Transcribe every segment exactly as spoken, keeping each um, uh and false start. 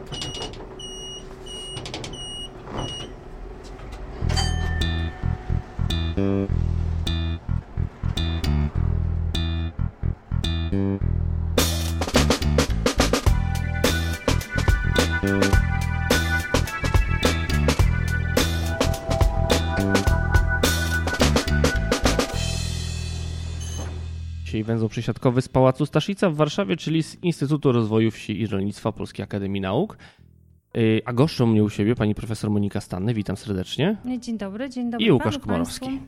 Dzisiaj węzeł przesiadkowy z Pałacu Staszica w Warszawie, czyli z Instytutu Rozwoju Wsi i Rolnictwa Polskiej Akademii Nauk. A goszczą mnie u siebie pani profesor Monika Stanny. Witam serdecznie. Dzień dobry, dzień dobry. I Łukasz Komorowski.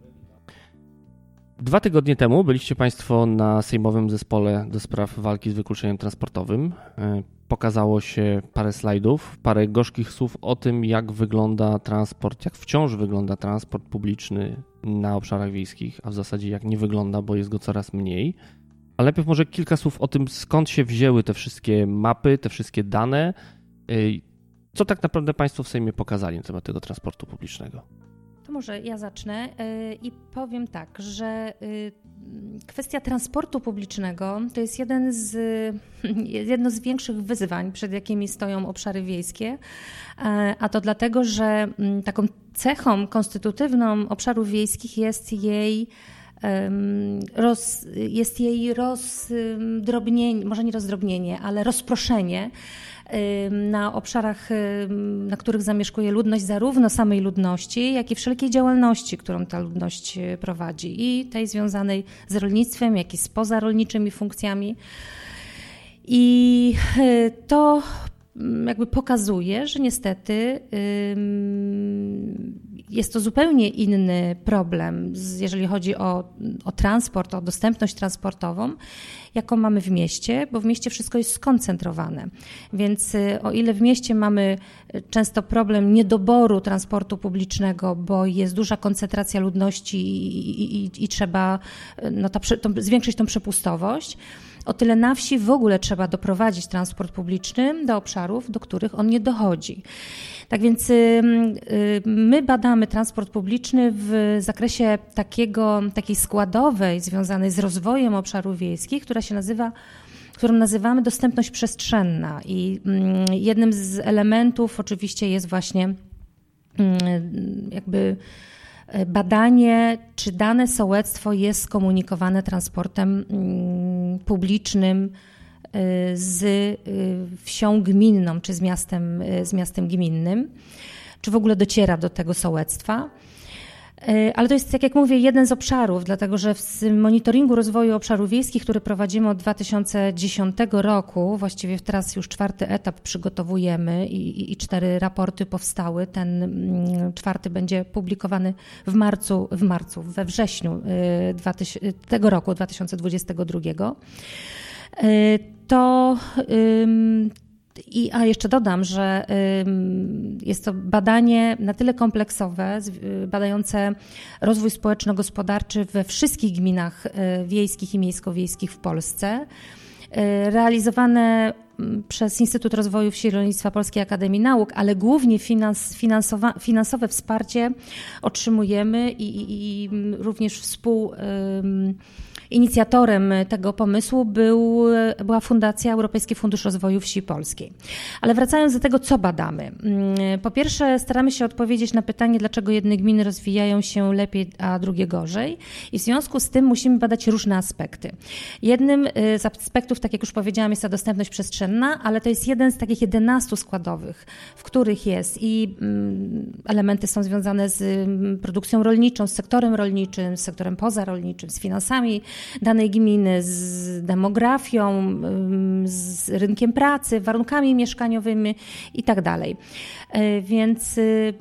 Dwa tygodnie temu byliście państwo na Sejmowym Zespole do spraw walki z wykluczeniem transportowym. Pokazało się parę slajdów, parę gorzkich słów o tym, jak wygląda transport, jak wciąż wygląda transport publiczny na obszarach wiejskich, a w zasadzie jak nie wygląda, bo jest go coraz mniej. Ale najpierw może kilka słów o tym, skąd się wzięły te wszystkie mapy, te wszystkie dane. Co tak naprawdę państwo w Sejmie pokazali na temat tego transportu publicznego? To może ja zacznę i powiem tak, że kwestia transportu publicznego to jest jeden z, jedno z większych wyzwań, przed jakimi stoją obszary wiejskie, a to dlatego, że taką cechą konstytutywną obszarów wiejskich jest jej Roz, jest jej rozdrobnienie, może nie rozdrobnienie, ale rozproszenie na obszarach, na których zamieszkuje ludność, zarówno samej ludności, jak i wszelkiej działalności, którą ta ludność prowadzi, i tej związanej z rolnictwem, jak i z pozarolniczymi funkcjami. I to jakby pokazuje, że niestety jest to zupełnie inny problem, jeżeli chodzi o, o transport, o dostępność transportową, jaką mamy w mieście, bo w mieście wszystko jest skoncentrowane. Więc o ile w mieście mamy często problem niedoboru transportu publicznego, bo jest duża koncentracja ludności i, i, i, i trzeba no, ta, tą, zwiększyć tą przepustowość, o tyle na wsi w ogóle trzeba doprowadzić transport publiczny do obszarów, do których on nie dochodzi. Tak więc my badamy transport publiczny w zakresie takiego, takiej składowej związanej z rozwojem obszarów wiejskich, która się nazywa, którą nazywamy dostępność przestrzenna. I jednym z elementów oczywiście jest właśnie jakby badanie, czy dane sołectwo jest skomunikowane transportem publicznym z wsią gminną, czy z miastem, z miastem gminnym, czy w ogóle dociera do tego sołectwa. Ale to jest, tak jak mówię, jeden z obszarów, dlatego że w monitoringu rozwoju obszarów wiejskich, który prowadzimy od dwa tysiące dziesiątego roku, właściwie teraz już czwarty etap przygotowujemy i, i, i cztery raporty powstały. Ten czwarty będzie publikowany w marcu, w marcu, we wrześniu tego roku, dwa tysiące dwudziestego drugiego. To I, a jeszcze dodam, że jest to badanie na tyle kompleksowe, badające rozwój społeczno-gospodarczy we wszystkich gminach wiejskich i miejsko-wiejskich w Polsce, realizowane przez Instytut Rozwoju Wsi i Rolnictwa Polskiej Akademii Nauk, ale głównie finans, finansowa, finansowe wsparcie otrzymujemy i, i, i również współ... Inicjatorem tego pomysłu był, była Fundacja Europejski Fundusz Rozwoju Wsi Polskiej. Ale wracając do tego, co badamy. Po pierwsze, staramy się odpowiedzieć na pytanie, dlaczego jedne gminy rozwijają się lepiej, a drugie gorzej. I w związku z tym musimy badać różne aspekty. Jednym z aspektów, tak jak już powiedziałam, jest ta dostępność przestrzenna, ale to jest jeden z takich jedenastu składowych, w których jest i elementy są związane z produkcją rolniczą, z sektorem rolniczym, z sektorem pozarolniczym, z finansami danej gminy, z demografią, z rynkiem pracy, warunkami mieszkaniowymi i tak dalej. Więc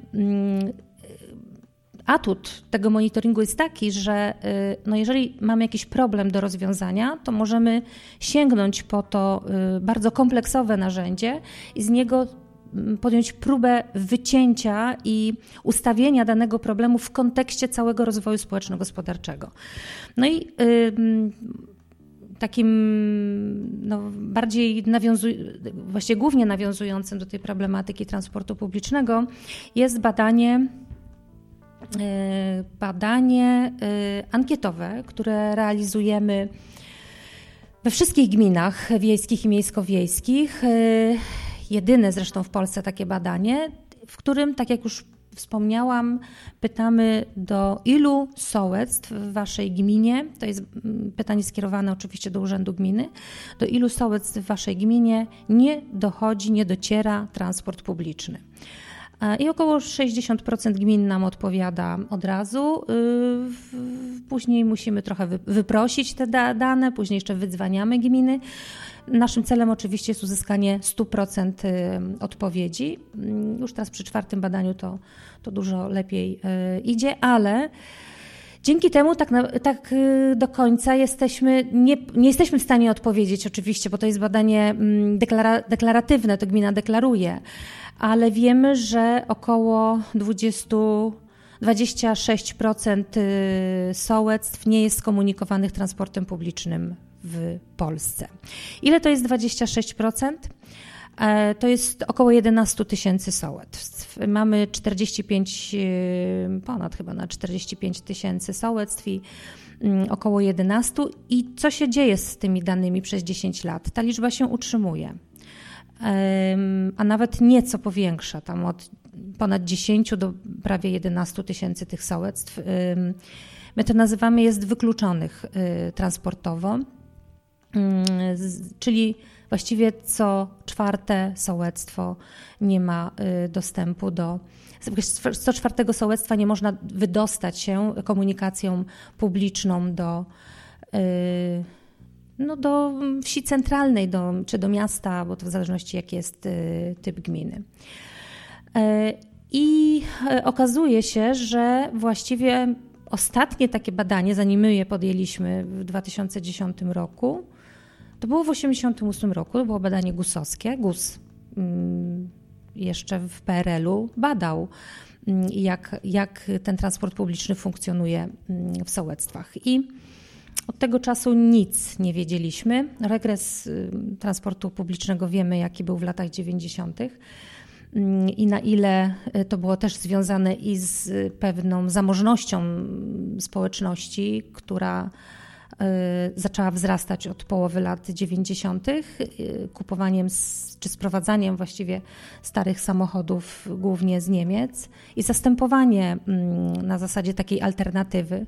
atut tego monitoringu jest taki, że no jeżeli mamy jakiś problem do rozwiązania, to możemy sięgnąć po to bardzo kompleksowe narzędzie i z niego podjąć próbę wycięcia i ustawienia danego problemu w kontekście całego rozwoju społeczno-gospodarczego. No i y, takim no, bardziej nawiązującym, właściwie głównie nawiązującym do tej problematyki transportu publicznego jest badanie y, badanie y, ankietowe, które realizujemy we wszystkich gminach wiejskich i miejsko-wiejskich. Y, jedyne zresztą w Polsce takie badanie, w którym, tak jak już wspomniałam, pytamy, do ilu sołectw w waszej gminie, to jest pytanie skierowane oczywiście do Urzędu Gminy, do ilu sołectw w waszej gminie nie dochodzi, nie dociera transport publiczny. I około sześćdziesiąt procent gmin nam odpowiada od razu. Później musimy trochę wyprosić te dane, później jeszcze wydzwaniamy gminy. Naszym celem oczywiście jest uzyskanie sto procent odpowiedzi. Już teraz przy czwartym badaniu to, to dużo lepiej idzie, ale dzięki temu tak, na, tak do końca jesteśmy, nie, nie jesteśmy w stanie odpowiedzieć oczywiście, bo to jest badanie deklara, deklaratywne, to gmina deklaruje, ale wiemy, że około dwadzieścia sześć procent sołectw nie jest skomunikowanych transportem publicznym w Polsce. Ile to jest dwadzieścia sześć procent? To jest około jedenaście tysięcy sołectw. Mamy czterdzieści pięć, ponad chyba na czterdzieści pięć tysięcy sołectw i około jedenaście. I co się dzieje z tymi danymi przez dziesięć lat? Ta liczba się utrzymuje, a nawet nieco powiększa, tam od ponad dziesięć do prawie jedenaście tysięcy tych sołectw. My to nazywamy jest wykluczonych transportowo, czyli właściwie co czwarte sołectwo nie ma dostępu do, z co czwartego sołectwa nie można wydostać się komunikacją publiczną do, no do wsi centralnej do, czy do miasta, bo to w zależności jaki jest typ gminy. I okazuje się, że właściwie ostatnie takie badanie, zanim my je podjęliśmy w dwa tysiące dziesiątym roku, to było w tysiąc dziewięćset osiemdziesiątym ósmym roku, to było badanie gusowskie. GUS jeszcze w P R L-u badał, jak, jak ten transport publiczny funkcjonuje w sołectwach. I od tego czasu nic nie wiedzieliśmy. Regres transportu publicznego wiemy, jaki był w latach dziewięćdziesiątych i na ile to było też związane i z pewną zamożnością społeczności, która zaczęła wzrastać od połowy lat dziewięćdziesiątych, kupowaniem czy sprowadzaniem właściwie starych samochodów głównie z Niemiec i zastępowanie na zasadzie takiej alternatywy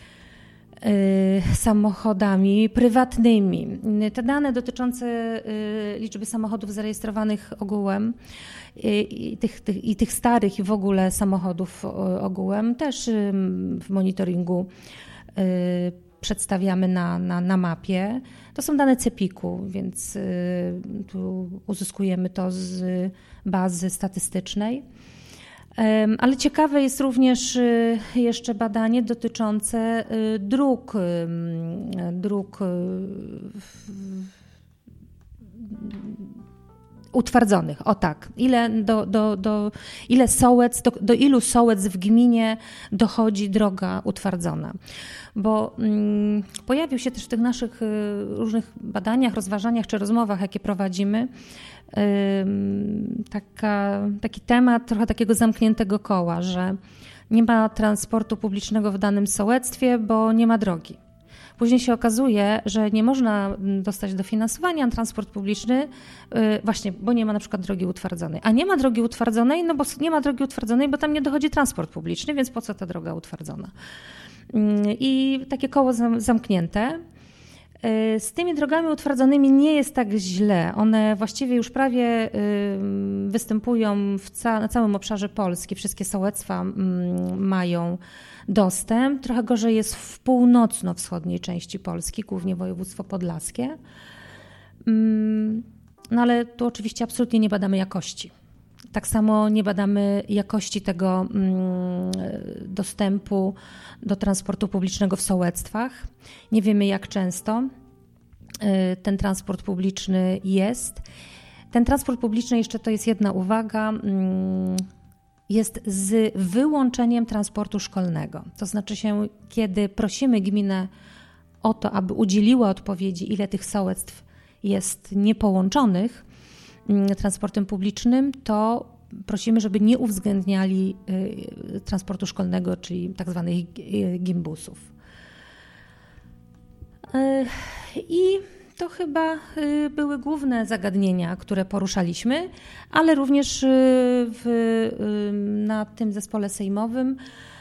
samochodami prywatnymi. Te dane dotyczące liczby samochodów zarejestrowanych ogółem i tych, tych, i tych starych i w ogóle samochodów ogółem też w monitoringu przedstawiamy na, na, na mapie. To są dane Cepiku, więc tu uzyskujemy to z bazy statystycznej. Ale ciekawe jest również jeszcze badanie dotyczące dróg, dróg utwardzonych. O tak, ile, do, do, do, ile sołec, do, do ilu sołec w gminie dochodzi droga utwardzona. Bo mm, pojawił się też w tych naszych y, różnych badaniach, rozważaniach czy rozmowach, jakie prowadzimy, y, taka, taki temat trochę takiego zamkniętego koła, że nie ma transportu publicznego w danym sołectwie, bo nie ma drogi. Później się okazuje, że nie można dostać dofinansowania na transport publiczny właśnie, bo nie ma na przykład drogi utwardzonej. A nie ma drogi utwardzonej, no bo nie ma drogi utwardzonej, bo tam nie dochodzi transport publiczny, więc po co ta droga utwardzona? I takie koło zamknięte. Z tymi drogami utwardzonymi nie jest tak źle. One właściwie już prawie występują w ca- na całym obszarze Polski. Wszystkie sołectwa mają dostęp. Trochę gorzej jest w północno-wschodniej części Polski, głównie województwo podlaskie. No ale tu oczywiście absolutnie nie badamy jakości. Tak samo nie badamy jakości tego dostępu do transportu publicznego w sołectwach. Nie wiemy, jak często ten transport publiczny jest. Ten transport publiczny, jeszcze to jest jedna uwaga, jest z wyłączeniem transportu szkolnego. To znaczy się, kiedy prosimy gminę o to, aby udzieliła odpowiedzi, ile tych sołectw jest niepołączonych transportem publicznym, to prosimy, żeby nie uwzględniali transportu szkolnego, czyli tak zwanych gimbusów. I To chyba były główne zagadnienia, które poruszaliśmy, ale również w, na tym zespole sejmowym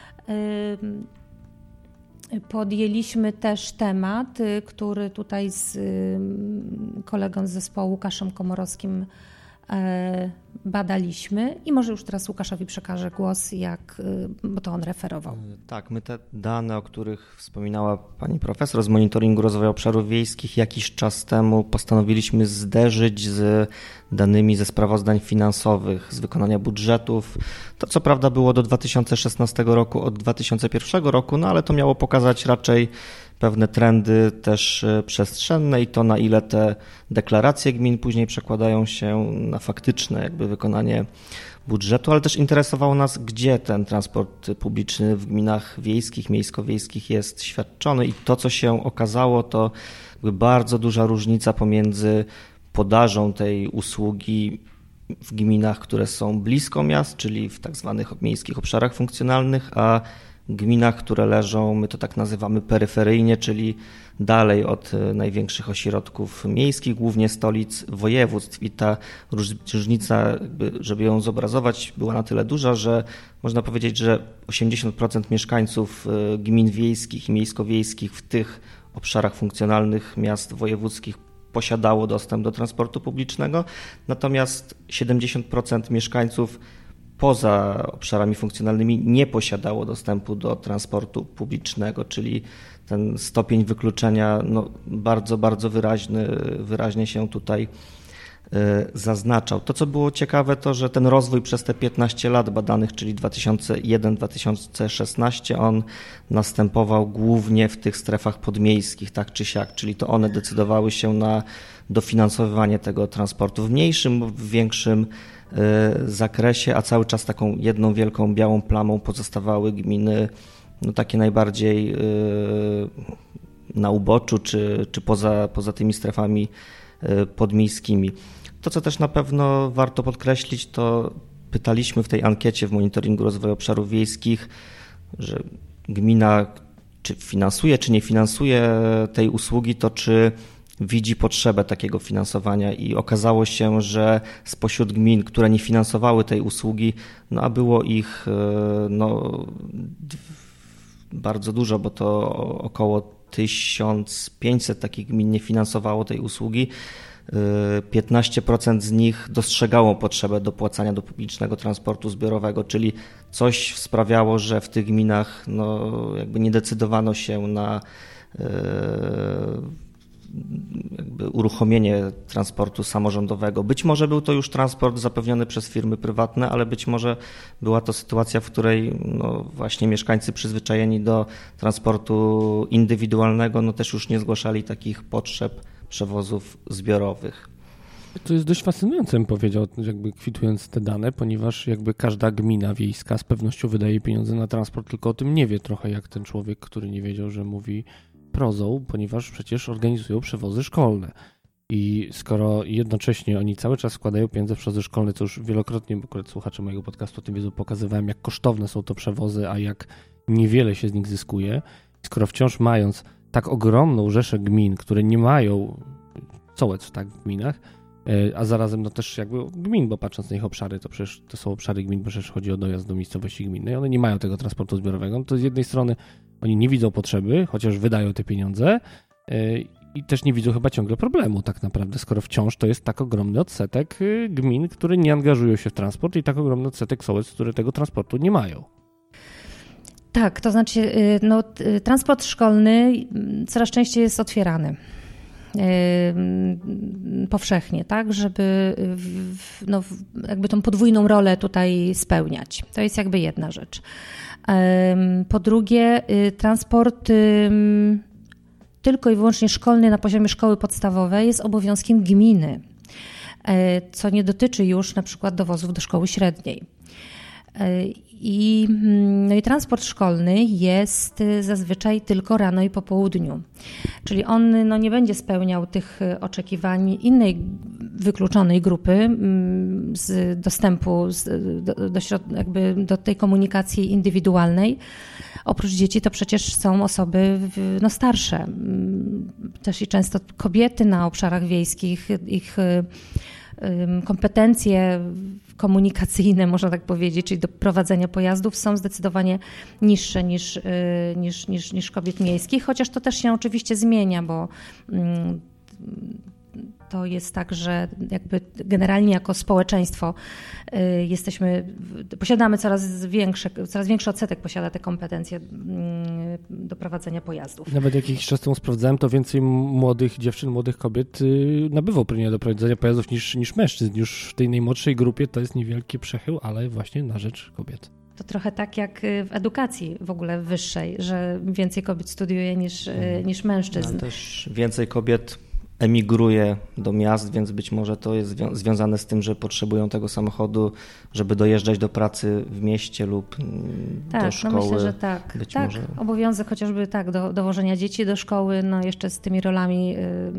podjęliśmy też temat, który tutaj z kolegą z zespołu Łukaszem Komorowskim badaliśmy i może już teraz Łukaszowi przekażę głos, jak, bo to on referował. Tak, my te dane, o których wspominała pani profesor z monitoringu rozwoju obszarów wiejskich, jakiś czas temu postanowiliśmy zderzyć z danymi ze sprawozdań finansowych, z wykonania budżetów. To co prawda było do dwa tysiące szesnastego roku od dwa tysiące pierwszego roku, no ale to miało pokazać raczej pewne trendy też przestrzenne i to, na ile te deklaracje gmin później przekładają się na faktyczne jakby wykonanie budżetu, ale też interesowało nas, gdzie ten transport publiczny w gminach wiejskich, miejsko-wiejskich jest świadczony i to, co się okazało, to jakby bardzo duża różnica pomiędzy podażą tej usługi w gminach, które są blisko miast, czyli w tak zwanych miejskich obszarach funkcjonalnych, a gminach, które leżą, my to tak nazywamy peryferyjnie, czyli dalej od największych ośrodków miejskich, głównie stolic województw. I ta różnica, jakby, żeby ją zobrazować, była na tyle duża, że można powiedzieć, że osiemdziesiąt procent mieszkańców gmin wiejskich i miejsko-wiejskich w tych obszarach funkcjonalnych miast wojewódzkich posiadało dostęp do transportu publicznego, natomiast siedemdziesiąt procent mieszkańców poza obszarami funkcjonalnymi nie posiadało dostępu do transportu publicznego, czyli ten stopień wykluczenia no, bardzo, bardzo wyraźny, wyraźnie się tutaj zaznaczał. To, co było ciekawe, to, że ten rozwój przez te piętnaście lat badanych, czyli dwa tysiące jeden do dwa tysiące szesnastego, on następował głównie w tych strefach podmiejskich, tak czy siak, czyli to one decydowały się na dofinansowywanie tego transportu w mniejszym, w większym zakresie, a cały czas taką jedną wielką białą plamą pozostawały gminy no takie najbardziej na uboczu czy, czy poza, poza tymi strefami podmiejskimi. To, co też na pewno warto podkreślić, to pytaliśmy w tej ankiecie w monitoringu rozwoju obszarów wiejskich, że gmina czy finansuje, czy nie finansuje tej usługi, to czy widzi potrzebę takiego finansowania i okazało się, że spośród gmin, które nie finansowały tej usługi, no a było ich no, bardzo dużo, bo to około tysiąc pięćset takich gmin nie finansowało tej usługi. piętnaście procent z nich dostrzegało potrzebę dopłacania do publicznego transportu zbiorowego, czyli coś sprawiało, że w tych gminach no, jakby nie decydowano się na jakby uruchomienie transportu samorządowego. Być może był to już transport zapewniony przez firmy prywatne, ale być może była to sytuacja, w której no właśnie mieszkańcy przyzwyczajeni do transportu indywidualnego no też już nie zgłaszali takich potrzeb przewozów zbiorowych. To jest dość fascynujące, bym powiedział, jakby kwitując te dane, ponieważ jakby każda gmina wiejska z pewnością wydaje pieniądze na transport, tylko o tym nie wie trochę jak ten człowiek, który nie wiedział, że mówi prozą, ponieważ przecież organizują przewozy szkolne. I skoro jednocześnie oni cały czas składają pieniądze w przewozy szkolne, co już wielokrotnie, bo akurat słuchacze mojego podcastu o tym wiedzą, pokazywałem, jak kosztowne są to przewozy, a jak niewiele się z nich zyskuje. Skoro wciąż mając tak ogromną rzeszę gmin, które nie mają sołectw tak w gminach, a zarazem no też jakby gmin, bo patrząc na ich obszary, to przecież to są obszary gmin, bo przecież chodzi o dojazd do miejscowości gminnej, one nie mają tego transportu zbiorowego, no to z jednej strony oni nie widzą potrzeby, chociaż wydają te pieniądze i też nie widzą chyba ciągle problemu tak naprawdę, skoro wciąż to jest tak ogromny odsetek gmin, które nie angażują się w transport i tak ogromny odsetek sołectw, które tego transportu nie mają. Tak, to znaczy no, transport szkolny coraz częściej jest otwierany. Powszechnie, tak, żeby no, jakby tą podwójną rolę tutaj spełniać. To jest jakby jedna rzecz. Po drugie, transport tylko i wyłącznie szkolny na poziomie szkoły podstawowej jest obowiązkiem gminy, co nie dotyczy już na przykład dowozów do szkoły średniej. I, no i transport szkolny jest zazwyczaj tylko rano i po południu, czyli on no, nie będzie spełniał tych oczekiwań innej wykluczonej grupy z dostępu z, do, do, jakby do tej komunikacji indywidualnej, oprócz dzieci to przecież są osoby no, starsze, też i często kobiety na obszarach wiejskich, ich kompetencje komunikacyjne, można tak powiedzieć, czyli do prowadzenia pojazdów są zdecydowanie niższe niż, niż, niż, niż kobiet miejskich, chociaż to też się oczywiście zmienia, bo to jest tak, że jakby generalnie jako społeczeństwo jesteśmy, posiadamy coraz większe, coraz większy odsetek posiada te kompetencje do prowadzenia pojazdów. Nawet jakiś czas temu sprawdzałem, to więcej młodych dziewczyn, młodych kobiet nabywa uprawnienia do prowadzenia pojazdów niż, niż mężczyzn. Już w tej najmłodszej grupie to jest niewielki przechył, ale właśnie na rzecz kobiet. To trochę tak jak w edukacji w ogóle wyższej, że więcej kobiet studiuje niż, niż mężczyzn. Ale też więcej kobiet emigruje do miast, więc być może to jest zwią- związane z tym, że potrzebują tego samochodu, żeby dojeżdżać do pracy w mieście lub tak, do szkoły. No myślę, że tak. Być tak. może... Obowiązek chociażby tak, do dowożenia dzieci do szkoły, no jeszcze z tymi rolami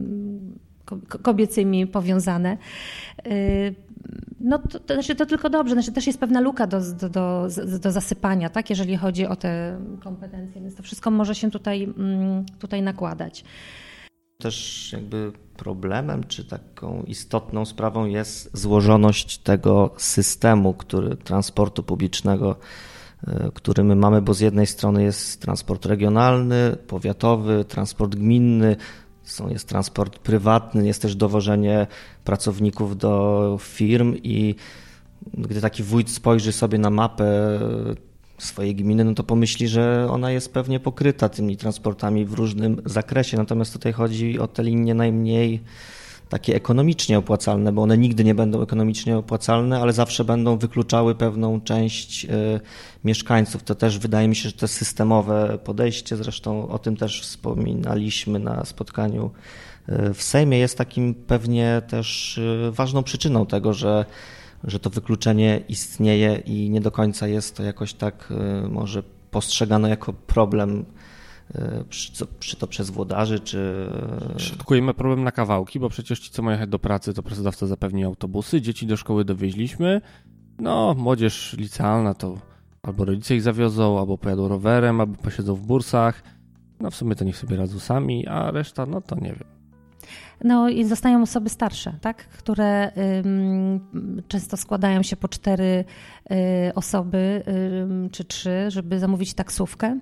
y, kobiecymi powiązane. Y, No to, to, znaczy to tylko dobrze, znaczy też jest pewna luka do, do, do, do zasypania, tak, jeżeli chodzi o te kompetencje, więc to wszystko może się tutaj, tutaj nakładać. Też jakby problemem, czy taką istotną sprawą jest złożoność tego systemu, który transportu publicznego, który my mamy, bo z jednej strony jest transport regionalny, powiatowy, transport gminny, są, jest transport prywatny, jest też dowożenie pracowników do firm i gdy taki wójt spojrzy sobie na mapę swojej gminy, no to pomyśli, że ona jest pewnie pokryta tymi transportami w różnym zakresie. Natomiast tutaj chodzi o te linie najmniej takie ekonomicznie opłacalne, bo one nigdy nie będą ekonomicznie opłacalne, ale zawsze będą wykluczały pewną część y, mieszkańców. To też wydaje mi się, że to jest systemowe podejście, zresztą o tym też wspominaliśmy na spotkaniu y, w Sejmie. Jest takim pewnie też y, ważną przyczyną tego, że że to wykluczenie istnieje i nie do końca jest to jakoś tak może postrzegane jako problem, czy, czy to przez włodarzy, czy... Szatkujemy problem na kawałki, bo przecież ci, co mają jechać do pracy, to pracodawca zapewni autobusy, dzieci do szkoły dowieźliśmy, no młodzież licealna to albo rodzice ich zawiozą, albo pojadą rowerem, albo posiedzą w bursach, no w sumie to niech sobie radzą sami, a reszta, no to nie wiem. No i zostają osoby starsze, tak, które ym, często składają się po cztery y, osoby y, czy trzy, żeby zamówić taksówkę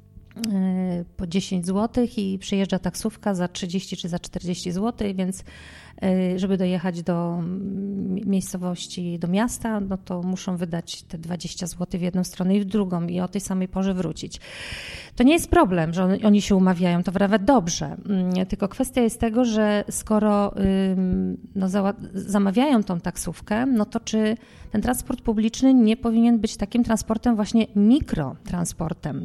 y, po dziesięć złotych i przyjeżdża taksówka za trzydzieści czy za czterdzieści złotych, więc y, żeby dojechać do miejscowości, do miasta, no to muszą wydać te dwadzieścia złotych w jedną stronę i w drugą i o tej samej porze wrócić. To nie jest problem, że oni się umawiają, to nawet dobrze, tylko kwestia jest tego, że skoro no, zamawiają tą taksówkę, no to czy ten transport publiczny nie powinien być takim transportem właśnie mikrotransportem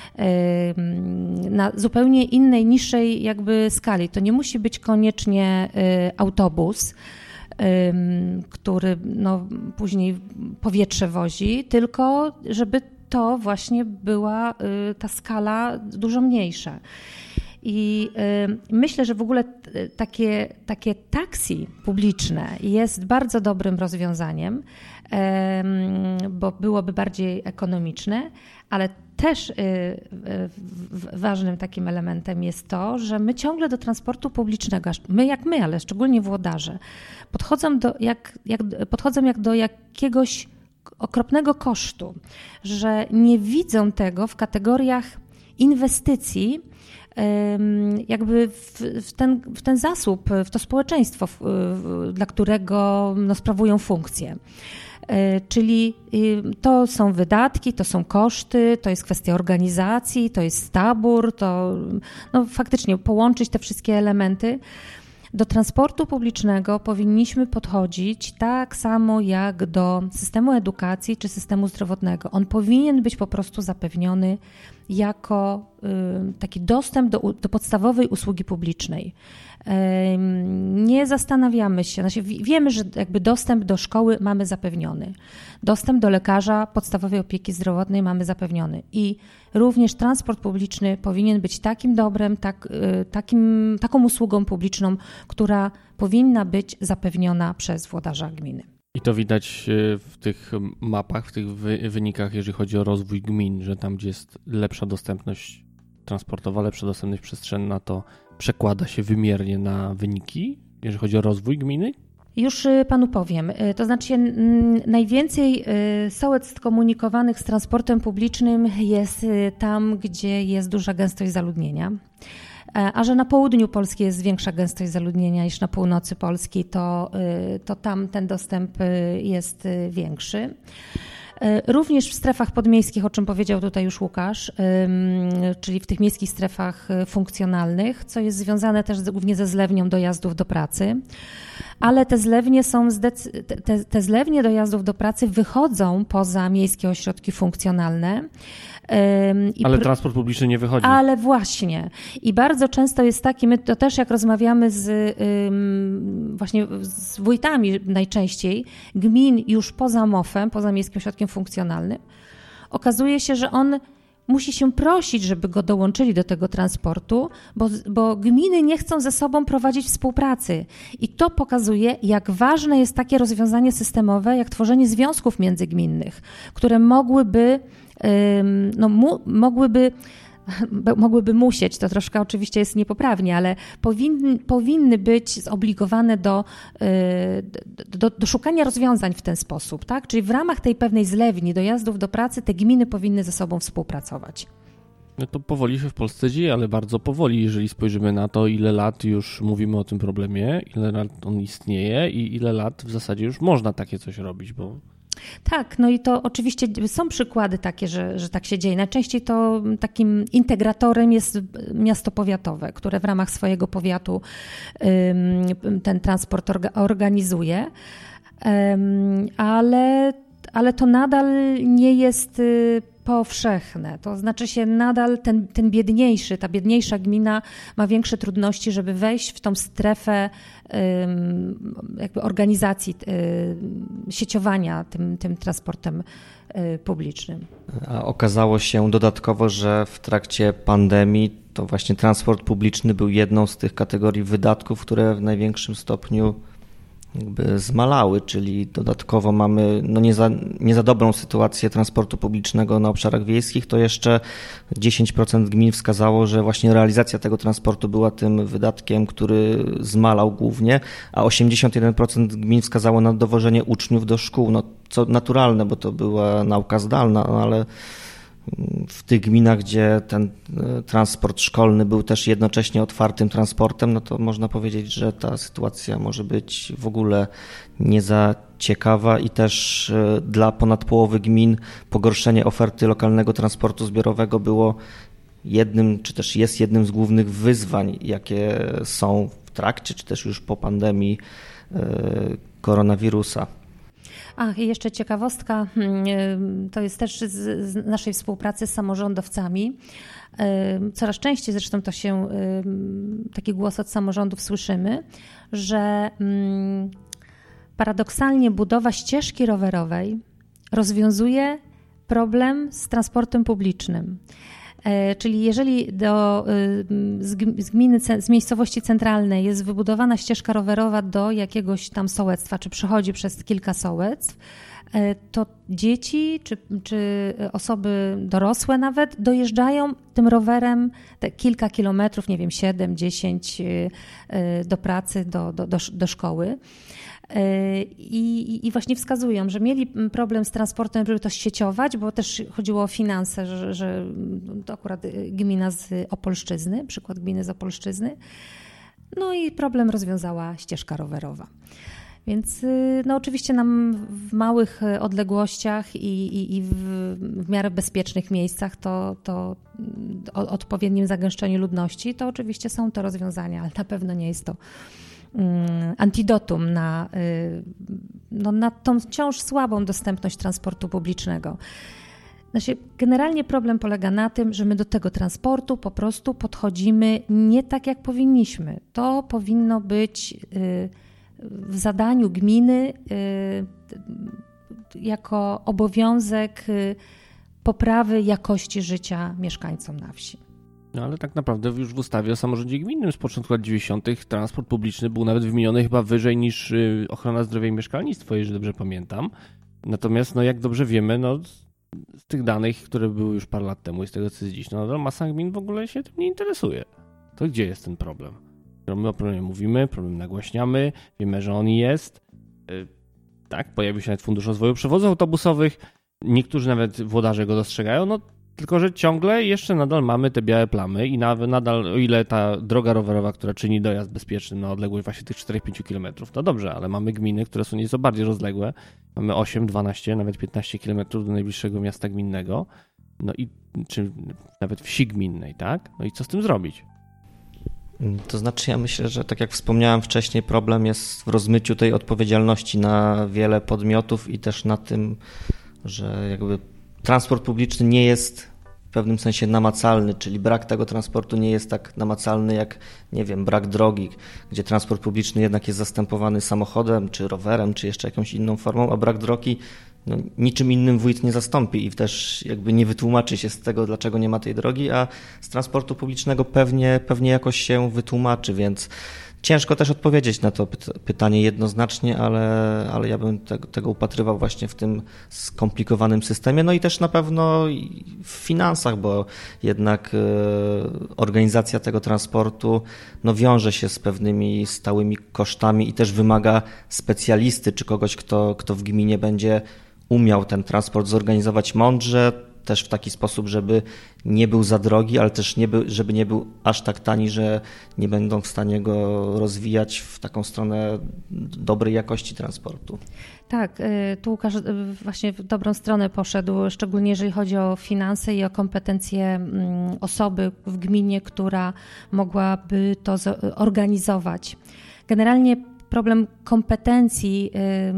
na zupełnie innej, niższej jakby skali. To nie musi być koniecznie autobus, który no, później powietrze wozi, tylko żeby to właśnie była y, ta skala dużo mniejsza. I y, myślę, że w ogóle t, takie, takie taksi publiczne jest bardzo dobrym rozwiązaniem, y, bo byłoby bardziej ekonomiczne, ale też y, y, ważnym takim elementem jest to, że my ciągle do transportu publicznego, my jak my, ale szczególnie włodarze, podchodzą, do, jak, jak, podchodzą jak do jakiegoś okropnego kosztu, że nie widzą tego w kategoriach inwestycji jakby w, w, ten, w ten zasób, w to społeczeństwo, w, w, dla którego no, sprawują funkcję. Czyli to są wydatki, to są koszty, to jest kwestia organizacji, to jest tabór, to no, faktycznie połączyć te wszystkie elementy. Do transportu publicznego powinniśmy podchodzić tak samo jak do systemu edukacji czy systemu zdrowotnego. On powinien być po prostu zapewniony jako y, taki dostęp do, do podstawowej usługi publicznej. Y, nie zastanawiamy się, znaczy wiemy, że jakby dostęp do szkoły mamy zapewniony. Dostęp do lekarza podstawowej opieki zdrowotnej mamy zapewniony. I również transport publiczny powinien być takim dobrem, tak, y, takim, taką usługą publiczną, która powinna być zapewniona przez włodarza gminy. I to widać w tych mapach, w tych wynikach, jeżeli chodzi o rozwój gmin, że tam, gdzie jest lepsza dostępność transportowa, lepsza dostępność przestrzenna, to przekłada się wymiernie na wyniki, jeżeli chodzi o rozwój gminy? Już panu powiem. To znaczy najwięcej sołectw komunikowanych z transportem publicznym jest tam, gdzie jest duża gęstość zaludnienia. A że na południu Polski jest większa gęstość zaludnienia niż na północy Polski, to, to tam ten dostęp jest większy. Również w strefach podmiejskich, o czym powiedział tutaj już Łukasz, czyli w tych miejskich strefach funkcjonalnych, co jest związane też głównie ze zlewnią dojazdów do pracy. Ale te zlewnie są zdecy- te, te zlewnie dojazdów do pracy wychodzą poza miejskie ośrodki funkcjonalne. I ale pr- transport publiczny nie wychodzi. Ale właśnie. I bardzo często jest taki, my to też jak rozmawiamy z ym, właśnie z wójtami najczęściej, gmin już poza M O F-em, poza miejskim ośrodkiem funkcjonalnym, okazuje się, że on musi się prosić, żeby go dołączyli do tego transportu, bo, bo gminy nie chcą ze sobą prowadzić współpracy. I to pokazuje, jak ważne jest takie rozwiązanie systemowe, jak tworzenie związków międzygminnych, które mogłyby, no, mu, mogłyby mogłyby musieć, to troszkę oczywiście jest niepoprawnie, ale powinny, powinny być zobligowane do, do, do szukania rozwiązań w ten sposób, tak? Czyli w ramach tej pewnej zlewni dojazdów do pracy te gminy powinny ze sobą współpracować. No to powoli się w Polsce dzieje, ale bardzo powoli, jeżeli spojrzymy na to, ile lat już mówimy o tym problemie, ile lat on istnieje i ile lat w zasadzie już można takie coś robić, bo... Tak, no i to oczywiście są przykłady takie, że, że tak się dzieje. Najczęściej to takim integratorem jest miasto powiatowe, które w ramach swojego powiatu um, ten transport orga, organizuje, um, ale, ale to nadal nie jest powszechne. To znaczy się nadal ten, ten biedniejszy, ta biedniejsza gmina ma większe trudności, żeby wejść w tą strefę um, jakby organizacji, um, sieciowania tym, tym transportem um, publicznym. A okazało się dodatkowo, że w trakcie pandemii to właśnie transport publiczny był jedną z tych kategorii wydatków, które w największym stopniu jakby zmalały, czyli dodatkowo mamy no nie, za, nie za dobrą sytuację transportu publicznego na obszarach wiejskich, to jeszcze dziesięć procent gmin wskazało, że właśnie realizacja tego transportu była tym wydatkiem, który zmalał głównie, a osiemdziesiąt jeden procent gmin wskazało na dowożenie uczniów do szkół, no co naturalne, bo to była nauka zdalna, no ale w tych gminach, gdzie ten transport szkolny był też jednocześnie otwartym transportem, no to można powiedzieć, że ta sytuacja może być w ogóle nie za ciekawa i też dla ponad połowy gmin pogorszenie oferty lokalnego transportu zbiorowego było jednym, czy też jest jednym z głównych wyzwań, jakie są w trakcie, czy też już po pandemii koronawirusa. Ach, i jeszcze ciekawostka, to jest też z, z naszej współpracy z samorządowcami. Coraz częściej zresztą to się, taki głos od samorządów słyszymy, że paradoksalnie budowa ścieżki rowerowej rozwiązuje problem z transportem publicznym. Czyli jeżeli do, z gminy, z miejscowości centralnej jest wybudowana ścieżka rowerowa do jakiegoś tam sołectwa, czy przechodzi przez kilka sołectw, to dzieci czy, czy osoby dorosłe nawet dojeżdżają tym rowerem te kilka kilometrów, nie wiem, siedem, dziesięć do pracy, do, do, do, do szkoły. I, I właśnie wskazują, że mieli problem z transportem, żeby to sieciować, bo też chodziło o finanse, że, że to akurat gmina z Opolszczyzny, przykład gminy z Opolszczyzny. No i problem rozwiązała ścieżka rowerowa. Więc no oczywiście nam w małych odległościach i, i, i w, w miarę bezpiecznych miejscach to, to o odpowiednim zagęszczeniu ludności to oczywiście są to rozwiązania, ale na pewno nie jest to antidotum na, no, na tą wciąż słabą dostępność transportu publicznego. Znaczy, generalnie problem polega na tym, że my do tego transportu po prostu podchodzimy nie tak, jak powinniśmy. To powinno być w zadaniu gminy jako obowiązek poprawy jakości życia mieszkańcom na wsi. No ale tak naprawdę już w ustawie o samorządzie gminnym z początku lat dziewięćdziesiątych transport publiczny był nawet wymieniony chyba wyżej niż ochrona zdrowia i mieszkalnictwo, jeżeli dobrze pamiętam. Natomiast no jak dobrze wiemy, no z tych danych, które były już parę lat temu i z tego co jest dziś, no masa gmin w ogóle się tym nie interesuje. To gdzie jest ten problem? My o problemie mówimy, problem nagłaśniamy, wiemy, że on jest. Tak, pojawił się nawet Fundusz Rozwoju Przewozów Autobusowych. Niektórzy nawet włodarze go dostrzegają, no tylko że ciągle jeszcze nadal mamy te białe plamy i nadal, o ile ta droga rowerowa, która czyni dojazd bezpieczny na odległość właśnie tych cztery do pięciu kilometrów, to dobrze, ale mamy gminy, które są nieco bardziej rozległe. Mamy osiem, dwanaście, nawet piętnaście kilometrów do najbliższego miasta gminnego, no i czy nawet wsi gminnej, tak? No i co z tym zrobić? To znaczy ja myślę, że tak jak wspomniałem wcześniej, problem jest w rozmyciu tej odpowiedzialności na wiele podmiotów i też na tym, że jakby transport publiczny nie jest w pewnym sensie namacalny, czyli brak tego transportu nie jest tak namacalny jak, nie wiem, brak drogi, gdzie transport publiczny jednak jest zastępowany samochodem, czy rowerem, czy jeszcze jakąś inną formą, a brak drogi no, niczym innym wójt nie zastąpi i też jakby nie wytłumaczy się z tego, dlaczego nie ma tej drogi, a z transportu publicznego pewnie, pewnie jakoś się wytłumaczy, więc ciężko też odpowiedzieć na to pytanie jednoznacznie, ale, ale ja bym tego, tego upatrywał właśnie w tym skomplikowanym systemie, no i też na pewno w finansach, bo jednak organizacja tego transportu no wiąże się z pewnymi stałymi kosztami i też wymaga specjalisty, czy kogoś, kto, kto w gminie będzie umiał ten transport zorganizować mądrze, też w taki sposób, żeby nie był za drogi, ale też nie był, żeby nie był aż tak tani, że nie będą w stanie go rozwijać w taką stronę dobrej jakości transportu. Tak, tu Łukasz właśnie w dobrą stronę poszedł, szczególnie jeżeli chodzi o finanse i o kompetencje osoby w gminie, która mogłaby to organizować. Generalnie problem kompetencji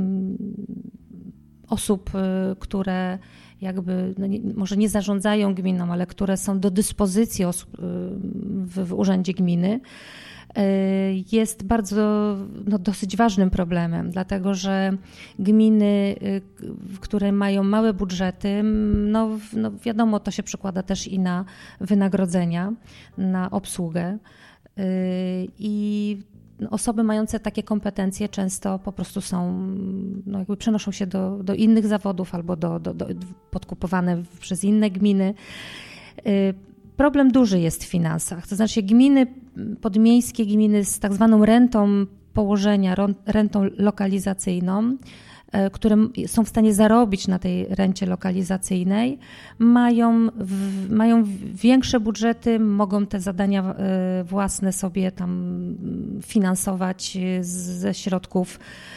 osób, które jakby, no nie, może nie zarządzają gminą, ale które są do dyspozycji osób w, w urzędzie gminy, jest bardzo, no, dosyć ważnym problemem, dlatego że gminy, które mają małe budżety, no, no wiadomo, to się przekłada też i na wynagrodzenia, na obsługę i osoby mające takie kompetencje często po prostu są, no jakby przenoszą się do, do innych zawodów albo do, do, do podkupowane przez inne gminy. Problem duży jest w finansach, to znaczy gminy podmiejskie, gminy z tak zwaną rentą położenia, rentą lokalizacyjną, które są w stanie zarobić na tej rencie lokalizacyjnej, mają, w, mają większe budżety, mogą te zadania własne sobie tam finansować ze środków,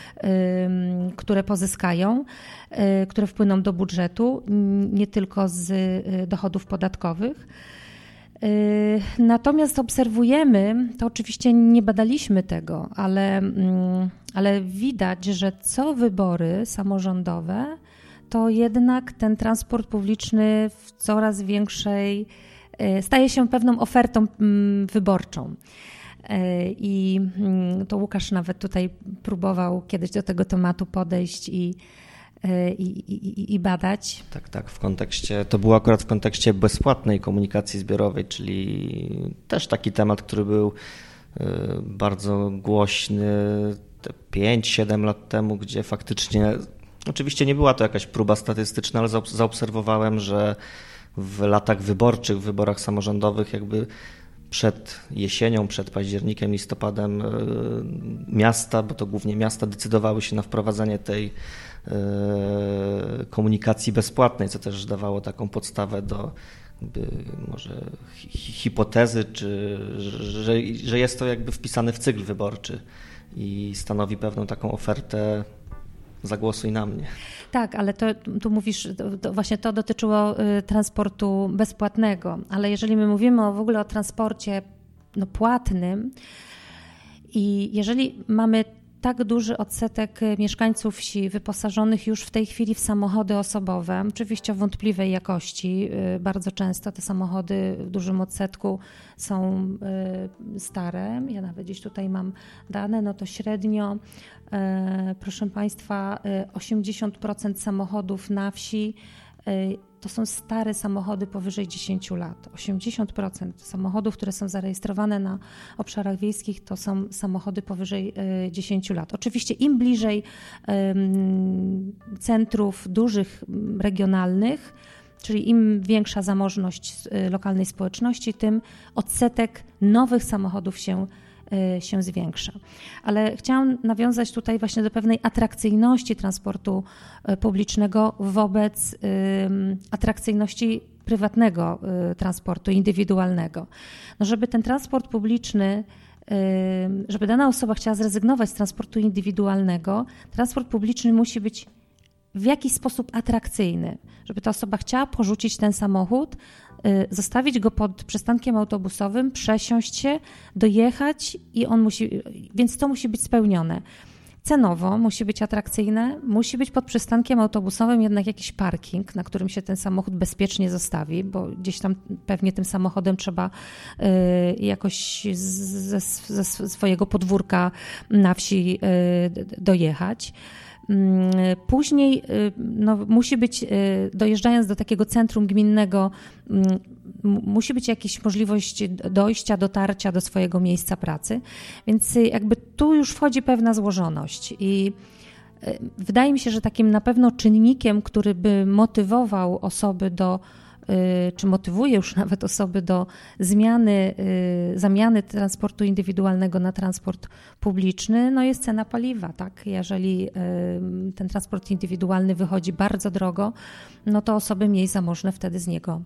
które pozyskają, które wpłyną do budżetu, nie tylko z dochodów podatkowych. Natomiast obserwujemy, to oczywiście nie badaliśmy tego, ale, ale widać, że co wybory samorządowe, to jednak ten transport publiczny w coraz większej, staje się pewną ofertą wyborczą. I to Łukasz nawet tutaj próbował kiedyś do tego tematu podejść i I, i, i badać. Tak, tak, w kontekście, to było akurat w kontekście bezpłatnej komunikacji zbiorowej, czyli też taki temat, który był bardzo głośny te pięć siedem lat temu, gdzie faktycznie, oczywiście nie była to jakaś próba statystyczna, ale zaobserwowałem, że w latach wyborczych, w wyborach samorządowych jakby przed jesienią, przed październikiem, listopadem miasta, bo to głównie miasta decydowały się na wprowadzenie tej komunikacji bezpłatnej, co też dawało taką podstawę do jakby może hipotezy, czy, że, że jest to jakby wpisane w cykl wyborczy i stanowi pewną taką ofertę zagłosuj na mnie. Tak, ale to tu mówisz, to, to właśnie to dotyczyło y, transportu bezpłatnego, ale jeżeli my mówimy o, w ogóle o transporcie no, płatnym i jeżeli mamy tak duży odsetek mieszkańców wsi wyposażonych już w tej chwili w samochody osobowe, oczywiście o wątpliwej jakości, bardzo często te samochody w dużym odsetku są stare, ja nawet gdzieś tutaj mam dane, no to średnio, proszę Państwa, osiemdziesiąt procent samochodów na wsi to są stare samochody powyżej dziesięć lat. osiemdziesiąt procent samochodów, które są zarejestrowane na obszarach wiejskich, to są samochody powyżej dziesięć lat. Oczywiście im bliżej centrów dużych, regionalnych, czyli im większa zamożność lokalnej społeczności, tym odsetek nowych samochodów się się zwiększa. Ale chciałam nawiązać tutaj właśnie do pewnej atrakcyjności transportu publicznego wobec atrakcyjności prywatnego transportu indywidualnego. No żeby ten transport publiczny, żeby dana osoba chciała zrezygnować z transportu indywidualnego, transport publiczny musi być w jakiś sposób atrakcyjny, żeby ta osoba chciała porzucić ten samochód, zostawić go pod przystankiem autobusowym, przesiąść się, dojechać i on musi, więc to musi być spełnione. Cenowo musi być atrakcyjne, musi być pod przystankiem autobusowym jednak jakiś parking, na którym się ten samochód bezpiecznie zostawi, bo gdzieś tam pewnie tym samochodem trzeba jakoś ze, ze swojego podwórka na wsi dojechać. Później no, musi być, dojeżdżając do takiego centrum gminnego, musi być jakaś możliwość dojścia, dotarcia do swojego miejsca pracy, więc jakby tu już wchodzi pewna złożoność i wydaje mi się, że takim na pewno czynnikiem, który by motywował osoby do czy motywuje już nawet osoby do zmiany, zamiany transportu indywidualnego na transport publiczny, no jest cena paliwa, tak? Jeżeli ten transport indywidualny wychodzi bardzo drogo, no to osoby mniej zamożne wtedy z niego,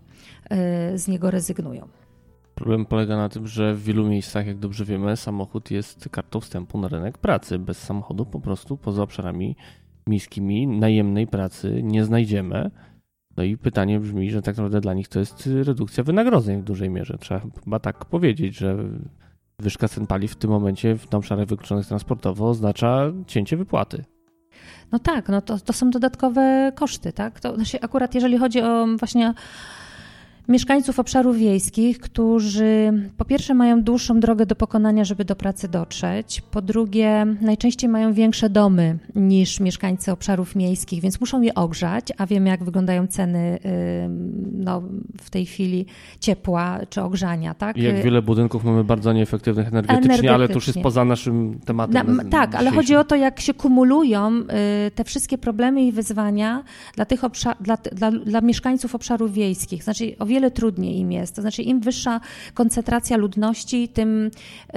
z niego rezygnują. Problem polega na tym, że w wielu miejscach, jak dobrze wiemy, samochód jest kartą wstępu na rynek pracy. Bez samochodu po prostu poza obszarami miejskimi najemnej pracy nie znajdziemy. No i pytanie brzmi, że tak naprawdę dla nich to jest redukcja wynagrodzeń w dużej mierze. Trzeba chyba tak powiedzieć, że wyżka cen paliw w tym momencie w obszarach wykluczonych transportowo oznacza cięcie wypłaty. No tak, no to, to są dodatkowe koszty, tak? To znaczy akurat jeżeli chodzi o właśnie mieszkańców obszarów wiejskich, którzy po pierwsze mają dłuższą drogę do pokonania, żeby do pracy dotrzeć, po drugie najczęściej mają większe domy niż mieszkańcy obszarów miejskich, więc muszą je ogrzać, a wiemy jak wyglądają ceny no, w tej chwili ciepła czy ogrzania. Tak? I jak wiele budynków mamy bardzo nieefektywnych energetycznie, energetycznie. Ale to już jest poza naszym tematem. Na, tak, ale chodzi o to, jak się kumulują te wszystkie problemy i wyzwania dla, tych obszar, dla, dla, dla mieszkańców obszarów wiejskich. Znaczy o wiele trudniej im jest. To znaczy im wyższa koncentracja ludności, tym,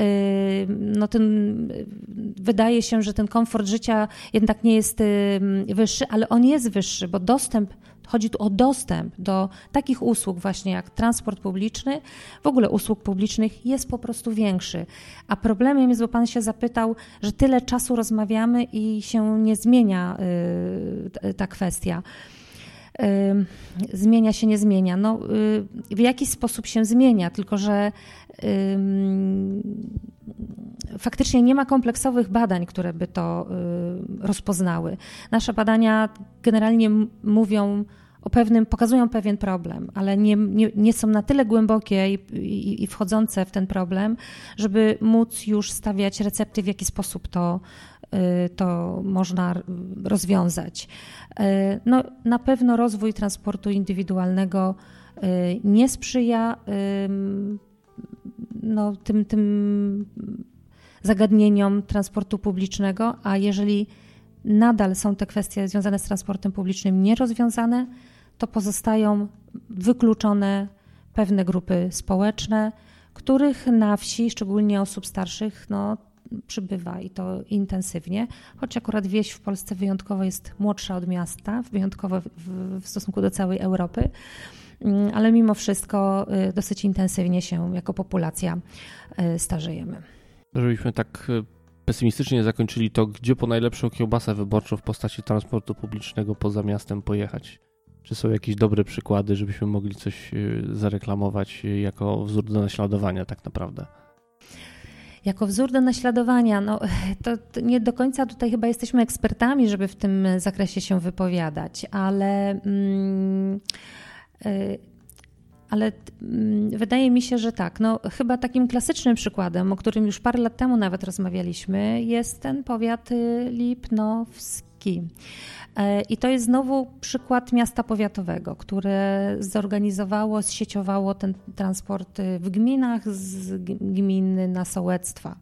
no, tym wydaje się, że ten komfort życia jednak nie jest wyższy, ale on jest wyższy, bo dostęp, chodzi tu o dostęp do takich usług właśnie jak transport publiczny, w ogóle usług publicznych jest po prostu większy. A problemem jest, bo Pan się zapytał, że tyle czasu rozmawiamy i się nie zmienia ta kwestia. Zmienia się, nie zmienia. No, w jakiś sposób się zmienia, tylko że faktycznie nie ma kompleksowych badań, które by to rozpoznały. Nasze badania generalnie mówią o pewnym, pokazują pewien problem, ale nie, nie, nie są na tyle głębokie i, i, i wchodzące w ten problem, żeby móc już stawiać recepty, w jaki sposób to, to można rozwiązać. No, na pewno rozwój transportu indywidualnego nie sprzyja no, tym, tym zagadnieniom transportu publicznego, a jeżeli nadal są te kwestie związane z transportem publicznym nierozwiązane, to pozostają wykluczone pewne grupy społeczne, których na wsi, szczególnie osób starszych, no, przybywa i to intensywnie, choć akurat wieś w Polsce wyjątkowo jest młodsza od miasta, wyjątkowo w, w stosunku do całej Europy, ale mimo wszystko dosyć intensywnie się jako populacja starzejemy. Żebyśmy tak pesymistycznie zakończyli to, gdzie po najlepszą kiełbasę wyborczą w postaci transportu publicznego poza miastem pojechać? Czy są jakieś dobre przykłady, żebyśmy mogli coś zareklamować jako wzór do naśladowania tak naprawdę? Jako wzór do naśladowania, no to, to nie do końca tutaj chyba jesteśmy ekspertami, żeby w tym zakresie się wypowiadać, ale, mm, y, ale mm, wydaje mi się, że tak. No, chyba takim klasycznym przykładem, o którym już parę lat temu nawet rozmawialiśmy, jest ten powiat lipnowski, Kij. I to jest znowu przykład miasta powiatowego, które zorganizowało, zsieciowało ten transport w gminach z gminy na sołectwa.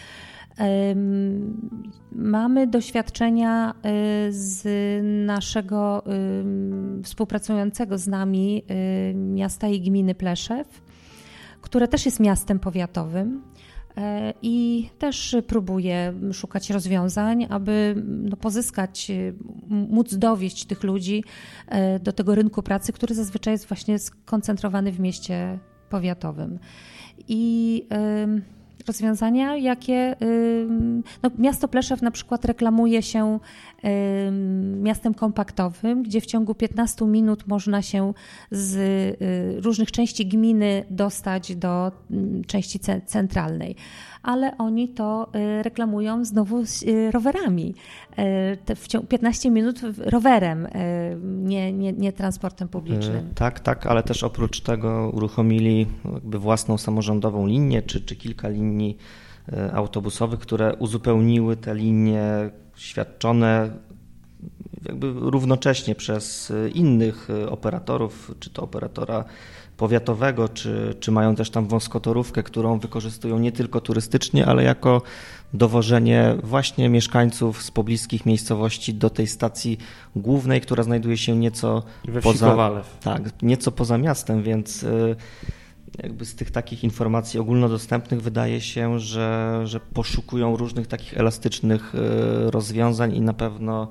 Mamy doświadczenia z naszego współpracującego z nami miasta i gminy Pleszew, które też jest miastem powiatowym i też próbuje szukać rozwiązań, aby no, pozyskać, móc dowieść tych ludzi do tego rynku pracy, który zazwyczaj jest właśnie skoncentrowany w mieście powiatowym. I rozwiązania, jakie no, miasto Pleszew na przykład reklamuje się miastem kompaktowym, gdzie w ciągu piętnastu minut można się z różnych części gminy dostać do części centralnej. Ale oni to reklamują znowu rowerami. W ciągu piętnaście minut rowerem, nie, nie, nie transportem publicznym. Tak, tak, ale też oprócz tego uruchomili jakby własną samorządową linię, czy, czy kilka linii autobusowych, które uzupełniły te linie świadczone jakby równocześnie przez innych operatorów, czy to operatora powiatowego, czy, czy mają też tam wąskotorówkę, którą wykorzystują nie tylko turystycznie, ale jako dowożenie właśnie mieszkańców z pobliskich miejscowości do tej stacji głównej, która znajduje się nieco We poza, tak, nieco poza miastem, więc jakby z tych takich informacji ogólnodostępnych wydaje się, że, że poszukują różnych takich elastycznych rozwiązań i na pewno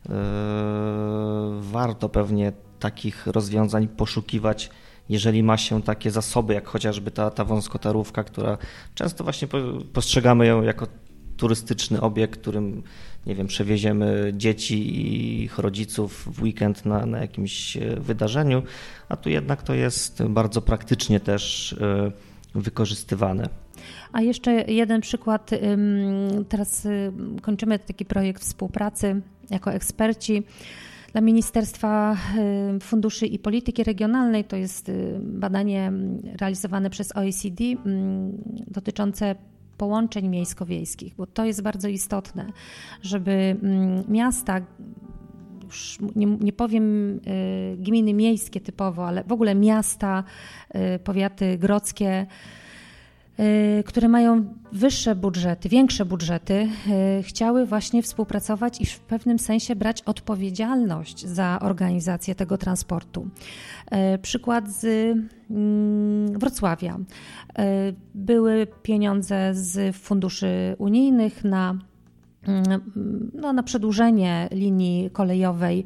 warto pewnie takich rozwiązań poszukiwać, jeżeli ma się takie zasoby, jak chociażby ta, ta wąskotorówka, która często właśnie postrzegamy ją jako turystyczny obiekt, którym, nie wiem, przewieziemy dzieci i ich rodziców w weekend na, na jakimś wydarzeniu, a tu jednak to jest bardzo praktycznie też wykorzystywane. A jeszcze jeden przykład. Teraz kończymy taki projekt współpracy jako eksperci dla Ministerstwa Funduszy i Polityki Regionalnej. To jest badanie realizowane przez O E C D dotyczące połączeń miejsko-wiejskich, bo to jest bardzo istotne, żeby miasta, już nie, nie powiem gminy miejskie typowo, ale w ogóle miasta, powiaty grodzkie, które mają wyższe budżety, większe budżety, chciały właśnie współpracować i w pewnym sensie brać odpowiedzialność za organizację tego transportu. Przykład z Wrocławia. Były pieniądze z funduszy unijnych na, no, na przedłużenie linii kolejowej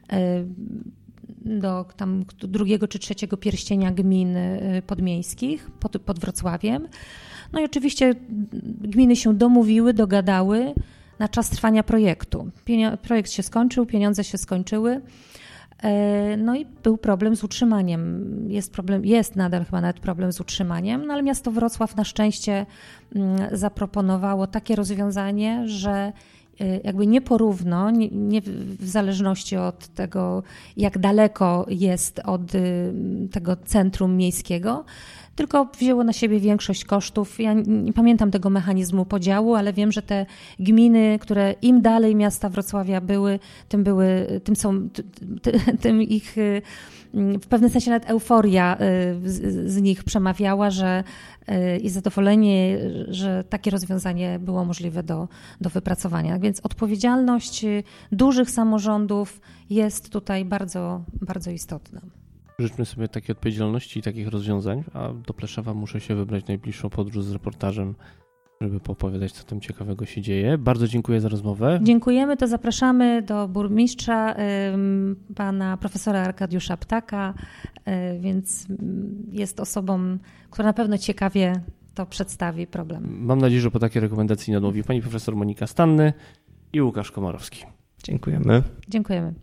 do tam drugiego czy trzeciego pierścienia gmin podmiejskich pod, pod Wrocławiem. No i oczywiście gminy się domówiły, dogadały na czas trwania projektu. Pienio- projekt się skończył, pieniądze się skończyły. No i był problem z utrzymaniem. Jest problem, jest nadal chyba nawet problem z utrzymaniem, no ale miasto Wrocław na szczęście zaproponowało takie rozwiązanie, że jakby nie porówno, nie, nie w zależności od tego, jak daleko jest od tego centrum miejskiego, tylko wzięło na siebie większość kosztów. Ja nie pamiętam tego mechanizmu podziału, ale wiem, że te gminy, które im dalej miasta Wrocławia były, tym były, tym są, tym ich w pewnym sensie nawet euforia z, z nich przemawiała, że i zadowolenie, że takie rozwiązanie było możliwe do, do wypracowania. Więc odpowiedzialność dużych samorządów jest tutaj bardzo, bardzo istotna. Życzmy sobie takiej odpowiedzialności i takich rozwiązań, a do Pleszewa muszę się wybrać najbliższą podróż z reportażem, żeby poopowiadać, co tam ciekawego się dzieje. Bardzo dziękuję za rozmowę. Dziękujemy, to zapraszamy do burmistrza, pana profesora Arkadiusza Ptaka, więc jest osobą, która na pewno ciekawie to przedstawi problem. Mam nadzieję, że po takiej rekomendacji nadmówi pani profesor Monika Stanny i Łukasz Komorowski. Dziękujemy. Dziękujemy.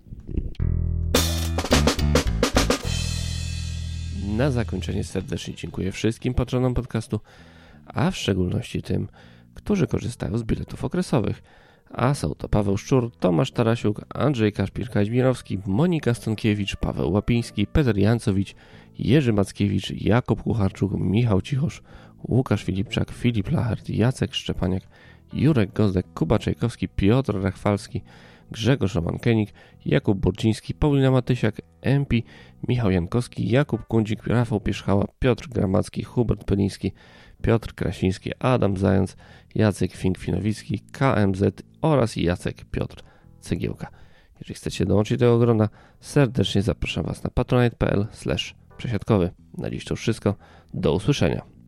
Na zakończenie serdecznie dziękuję wszystkim patronom podcastu, a w szczególności tym, którzy korzystają z biletów okresowych. A są to Paweł Szczur, Tomasz Tarasiuk, Andrzej Kaszpir-Kaźmirowski, Monika Stankiewicz, Paweł Łapiński, Peter Jancowicz, Jerzy Mackiewicz, Jakub Kucharczuk, Michał Cichosz, Łukasz Filipczak, Filip Lachert, Jacek Szczepaniak, Jurek Gozdek, Kuba Czajkowski, Piotr Rachwalski, Grzegorz Roman-Kenik, Jakub Burciński, Paulina Matysiak, M P, Michał Jankowski, Jakub Kundzik, Rafał Pierzchała, Piotr Gramacki, Hubert Peliński, Piotr Krasiński, Adam Zając, Jacek Fink-Finowicki, K M Z oraz Jacek Piotr Cegiełka. Jeżeli chcecie dołączyć do tego grona, serdecznie zapraszam Was na patronite kropka pl slash przesiadkowy. Na dziś to już wszystko. Do usłyszenia.